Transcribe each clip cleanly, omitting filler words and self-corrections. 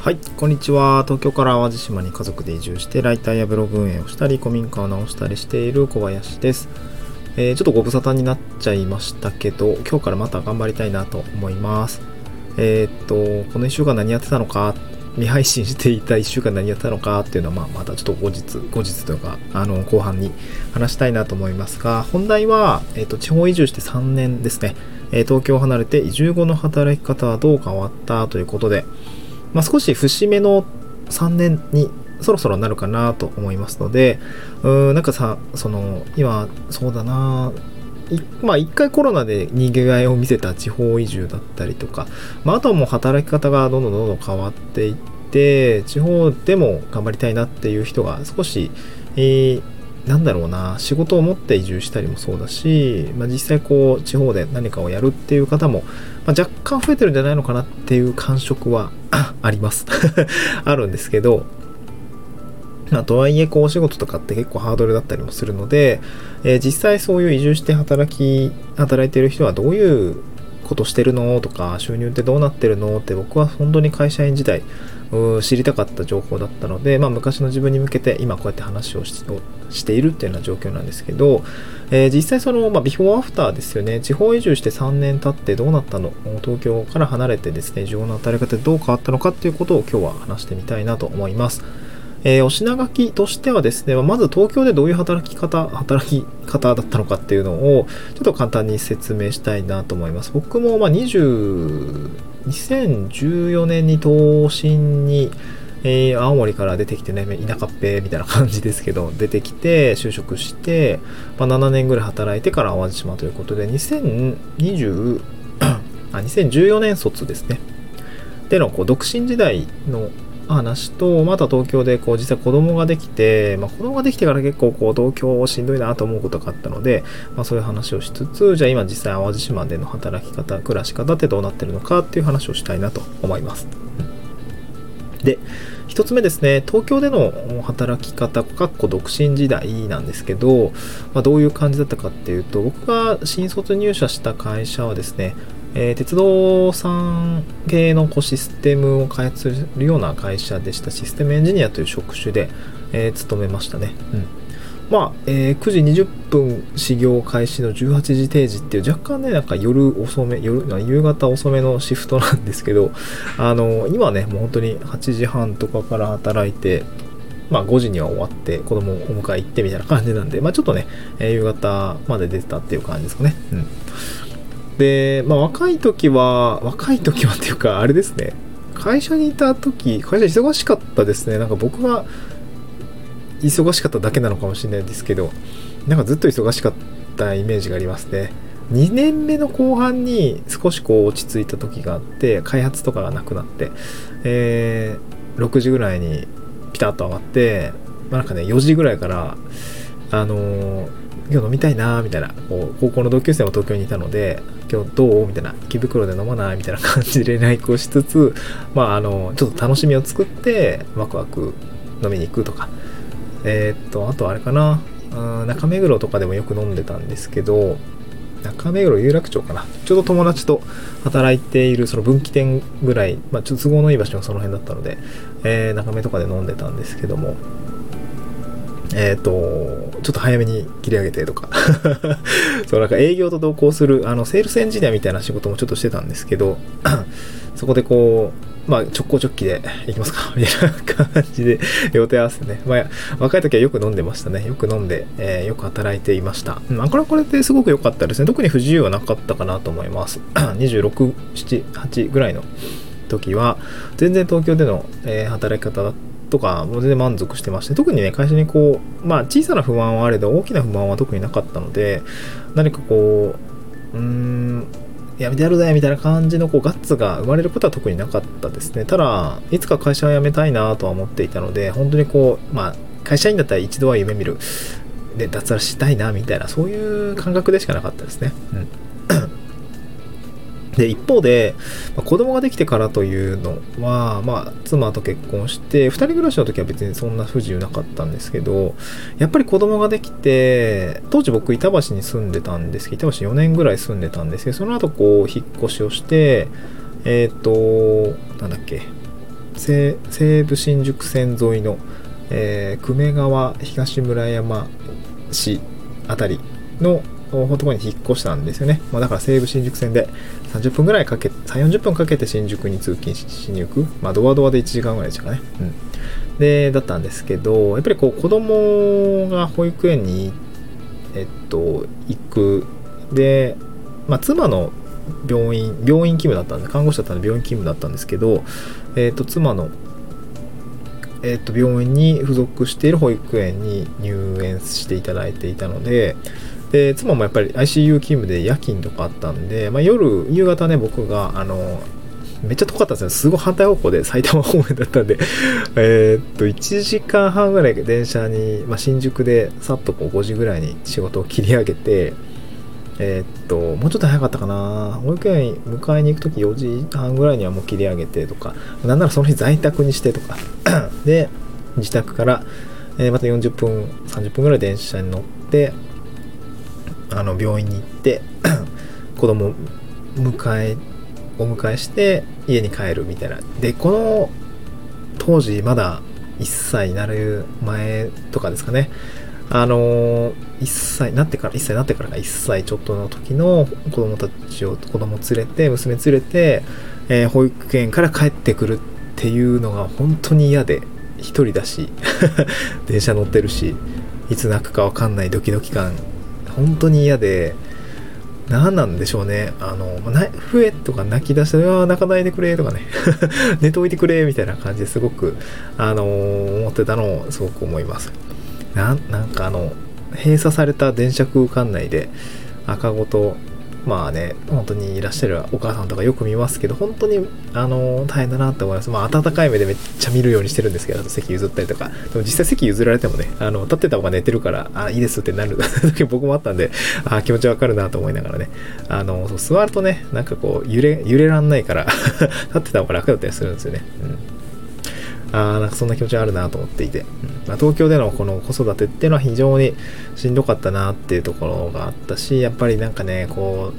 はい、こんにちは。東京から淡路島に家族で移住してライターやブログ運営をしたり古民家を直したりしている小林です。ちょっとご無沙汰になっちゃいましたけど、今日からまた頑張りたいなと思います。この1週間何やってたのか、未配信していた1週間何やってたのかっていうのは、またちょっと後日というか、後半に話したいなと思いますが、本題は、地方移住して3年ですね。東京を離れて移住後の働き方はどう変わったということで、少し節目の3年にそろそろなるかなと思いますので、今、そうだな、一回コロナでにぎわいを見せた地方移住だったりとか、あとはもう働き方がどんどん変わっていって、地方でも頑張りたいなっていう人が少し、仕事を持って移住したりもそうだし、実際地方で何かをやるっていう方も、若干増えてるんじゃないのかなっていう感触はありますあるんですけど、とはいえお仕事とかって結構ハードルだったりもするので、実際そういう移住して働いている人はどういうことしてるのとか、収入ってどうなってるのって僕は本当に会社員時代知りたかった情報だったので、昔の自分に向けて今こうやって話をしているっていうような状況なんですけど、実際ビフォーアフターですよね。地方移住して3年経ってどうなったの、東京から離れてですね、自分の働き方でどう変わったのかっていうことを今日は話してみたいなと思います。お品書きとしてはですね、まず東京でどういう働き方だったのかっていうのをちょっと簡単に説明したいなと思います。僕も2014年に東進に、青森から出てきてね、田舎っぺみたいな感じですけど、出てきて就職して、7年ぐらい働いてから淡路島ということで、2014年卒ですね。での独身時代の話と、また東京で実際子供ができて、子供ができてから結構東京しんどいなと思うことがあったので、そういう話をしつつ、じゃあ今実際淡路島での働き方、暮らし方ってどうなってるのかっていう話をしたいなと思います。で、一つ目ですね、東京での働き方、独身時代なんですけど、どういう感じだったかっていうと、僕が新卒入社した会社はですね、鉄道産系のシステムを開発するような会社でした。システムエンジニアという職種で、勤めましたね。9時20分始業開始の18時定時っていう若干ね、夕方遅めのシフトなんですけど、今はね、もう本当に8時半とかから働いて、5時には終わって子供をお迎え行ってみたいな感じなんで、ちょっとね、夕方まで出てたっていう感じですかね。で、若い時はっていうか、あれですね。会社忙しかったですね。僕が忙しかっただけなのかもしれないですけど、ずっと忙しかったイメージがありますね。2年目の後半に少し落ち着いた時があって、開発とかがなくなって、6時ぐらいにピタッと上がって、4時ぐらいから、今日飲みたいなみたいな、高校の同級生も東京にいたので、今日どうみたいな、池袋で飲まないみたいな感じで連絡をしつつ、ちょっと楽しみを作ってワクワク飲みに行くとか、あとあれかな、中目黒とかでもよく飲んでたんですけど、中目黒有楽町かな、ちょうど友達と働いているその分岐点ぐらい、ちょっと都合のいい場所がその辺だったので、中目とかで飲んでたんですけども、ちょっと早めに切り上げてとかそう営業と同行するセールスエンジニアみたいな仕事もちょっとしてたんですけどそこで直行直帰で行きますかみたいな感じで予定合わせてね、若い時はよく飲んでましたね。よく飲んで、よく働いていました。これってすごく良かったですね。特に不自由はなかったかなと思います。26、7、8ぐらいの時は全然東京での、働き方とかもう全然満足してまして、特にね、会社に小さな不安はあれど大きな不満は特になかったので、何かやめてやるぜみたいな感じのガッツが生まれることは特になかったですね。ただいつか会社を辞めたいなとは思っていたので、本当に会社員だったら一度は夢見るで脱サラしたいなみたいな、そういう感覚でしかなかったですね。で、一方で、子供ができてからというのは、妻と結婚して、2人暮らしの時は別にそんな不自由なかったんですけど、やっぱり子供ができて、当時僕板橋に住んでたんですけど、板橋4年ぐらい住んでたんですけど、その後引っ越しをして、 西武新宿線沿いの、久米川東村山市あたりのところに引っ越したんですよね。だから西武新宿線で30分ぐらいかけて、3、40分かけて新宿に通勤しに行く。ドアドアで1時間ぐらいでしたかね。で、だったんですけど、やっぱりこう子供が保育園に、行く。で、妻の病院勤務だったんで、看護師だったんで病院勤務だったんですけど、妻の病院に付属している保育園に入園していただいていたので、妻もやっぱり ICU 勤務で夜勤とかあったんで、夕方ね、僕がめっちゃ遠かったんですよ。すごい反対方向で埼玉方面だったんで1時間半ぐらい電車に、新宿でさっとこう5時ぐらいに仕事を切り上げて、もうちょっと早かったかな。保育園迎えに行くとき4時半ぐらいにはもう切り上げてとか、なんならその日在宅にしてとかで、自宅から、また40分30分ぐらい電車に乗って病院に行って子供をお迎えして家に帰るみたいな。で、この当時まだ1歳になる前とかですかね。1歳になってからか1歳ちょっとの時の子供連れて、娘連れて、保育園から帰ってくるっていうのが本当に嫌で、一人だし電車乗ってるし、いつ泣くか分かんないドキドキ感本当に嫌で、何なんでしょうね。増えとか泣き出して、泣かないでくれとかね寝ておいてくれみたいな感じですごく思ってたのをすごく思います。なんか閉鎖された電車空間内で赤子と本当にいらっしゃるお母さんとかよく見ますけど、本当に大変だなって思います。温かい目でめっちゃ見るようにしてるんですけど、あと席譲ったりとか。でも実際席譲られてもね、立ってた方が寝てるからいいですってなる時僕もあったんで、気持ちわかるなと思いながらね、座るとね、なんかこう揺れらんないから立ってた方が楽だったりするんですよね。なんかそんな気持ちがあるなと思っていて、東京でのこの子育てっていうのは非常にしんどかったなっていうところがあったし、やっぱりなんかね、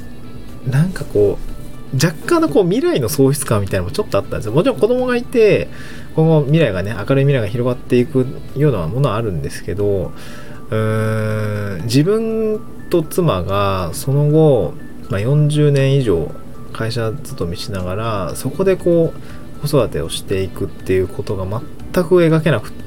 若干の未来の喪失感みたいなのもちょっとあったんですよ。もちろん子供がいて、今後未来がね、明るい未来が広がっていくようなものはあるんですけど、自分と妻がその後、40年以上会社勤めしながら、そこで子育てをしていくっていうことが全く描けなくって、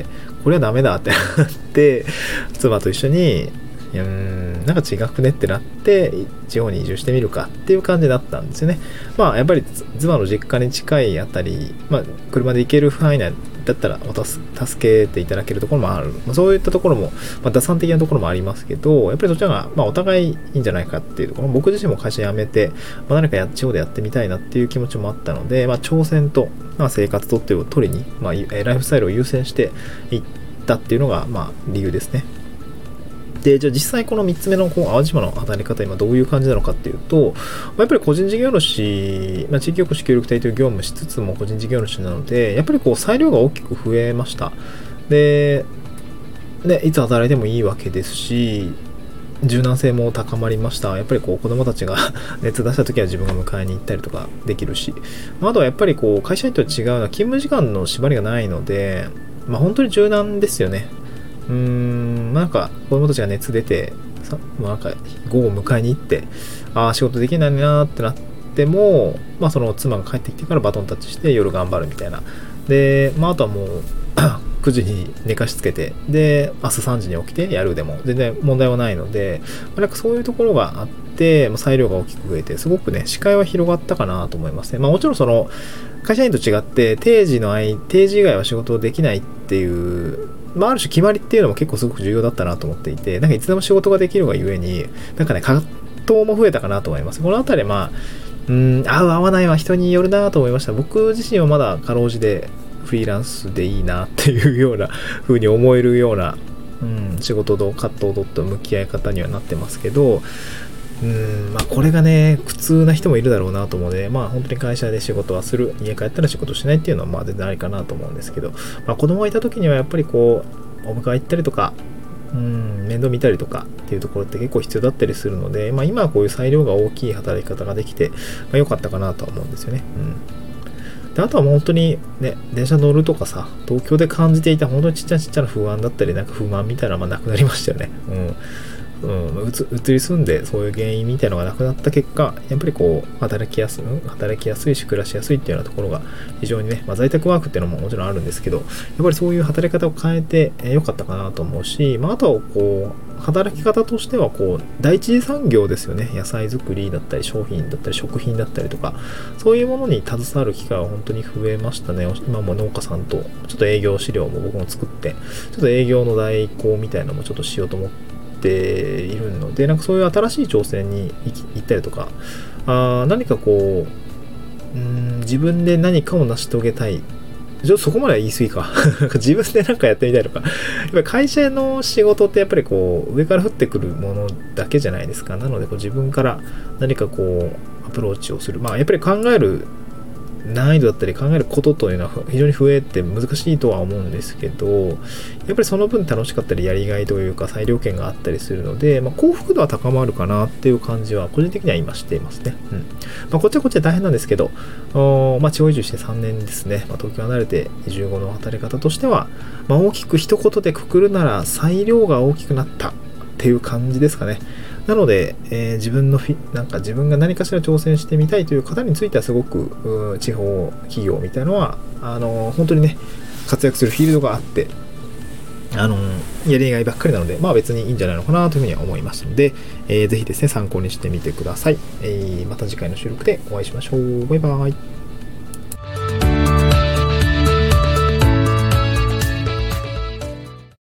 これはダメだってなって妻と一緒になんか違くねってなって地方に移住してみるかっていう感じだったんですよね。やっぱり妻の実家に近いあたり、車で行ける範囲内だったら助けていただけるところもある、そういったところも、打算的なところもありますけど、やっぱりそちらが、お互いいいんじゃないかっていうところ、僕自身も会社辞めて、何か地方でやってみたいなっていう気持ちもあったので、挑戦と、生活とっていうのを取りに、ライフスタイルを優先していったっていうのが、理由ですね。で、じゃあ実際この3つ目の淡路島の働き方、今どういう感じなのかっていうと、やっぱり個人事業主、地域おこし協力隊という業務しつつも個人事業主なので、やっぱり裁量が大きく増えました。で、いつ働いてもいいわけですし、柔軟性も高まりました。やっぱり子供たちが熱出した時は自分が迎えに行ったりとかできるし、あとはやっぱり会社員とは違うのは勤務時間の縛りがないので、本当に柔軟ですよね。なんか子供たちが熱出てなんか午後迎えに行って仕事できないなってなっても、その妻が帰ってきてからバトンタッチして夜頑張るみたいな。で、あとはもう9時に寝かしつけて、で明日3時に起きてやるでも全然問題はないので、なんかそういうところがあって、裁量が大きく増えてすごくね視界は広がったかなと思いますね。もちろんその会社員と違って定時以外は仕事できないっていうある種決まりっていうのも結構すごく重要だったなと思っていて、なんかいつでも仕事ができるがゆえに、なんかね、葛藤も増えたかなと思います。このあたり合う合わないは人によるなと思いました。僕自身はまだかろうじてフリーランスでいいなっていうような風に思えるような、仕事と葛藤と向き合い方にはなってますけど、これがね苦痛な人もいるだろうなと思うので、本当に会社で仕事はする、家帰ったら仕事しないっていうのは全然ありかなと思うんですけど、子供がいた時にはやっぱりお迎え行ったりとか面倒見たりとかっていうところって結構必要だったりするので、今はこういう裁量が大きい働き方ができて、良かったかなとは思うんですよね。 で、あとはもう本当にね、電車乗るとかさ、東京で感じていた本当にちっちゃな不安だったり、なんか不満みたいなのはなくなりましたよね。移り住んでそういう原因みたいなのがなくなった結果、やっぱりこう働きやすいし暮らしやすいっていうようなところが非常にね、在宅ワークっていうのももちろんあるんですけど、やっぱりそういう働き方を変えて良かったかなと思うし、あとはこう働き方としてはこう第一次産業ですよね。野菜作りだったり商品だったり食品だったりとか、そういうものに携わる機会は本当に増えましたね。今も農家さんとちょっと営業資料も僕も作って、ちょっと営業の代行みたいなのもちょっとしようと思っているので、なんかそういう新しい挑戦に行ったりとか、何かこう、自分で何かを成し遂げたい。そこまでは言い過ぎか。自分で何かやってみたいとか。やっぱり会社の仕事ってやっぱりこう、上から降ってくるものだけじゃないですか。なのでこう自分から何かこう、アプローチをする。やっぱり考える難易度だったり考えることというのは非常に増えて難しいとは思うんですけど、やっぱりその分楽しかったりやりがいというか裁量権があったりするので、幸福度は高まるかなっていう感じは個人的には今していますね。こっちは大変なんですけど、地方移住して3年ですね。東京離れて移住後の働き方としては、大きく一言でくくるなら裁量が大きくなったっていう感じですかね。なので、自分が何かしら挑戦してみたいという方についてはすごく地方企業みたいなのは本当にね活躍するフィールドがあってやりがいばっかりなので別にいいんじゃないのかなというふうには思いますので、ぜひですね参考にしてみてください。また次回の収録でお会いしましょう。バイバイ。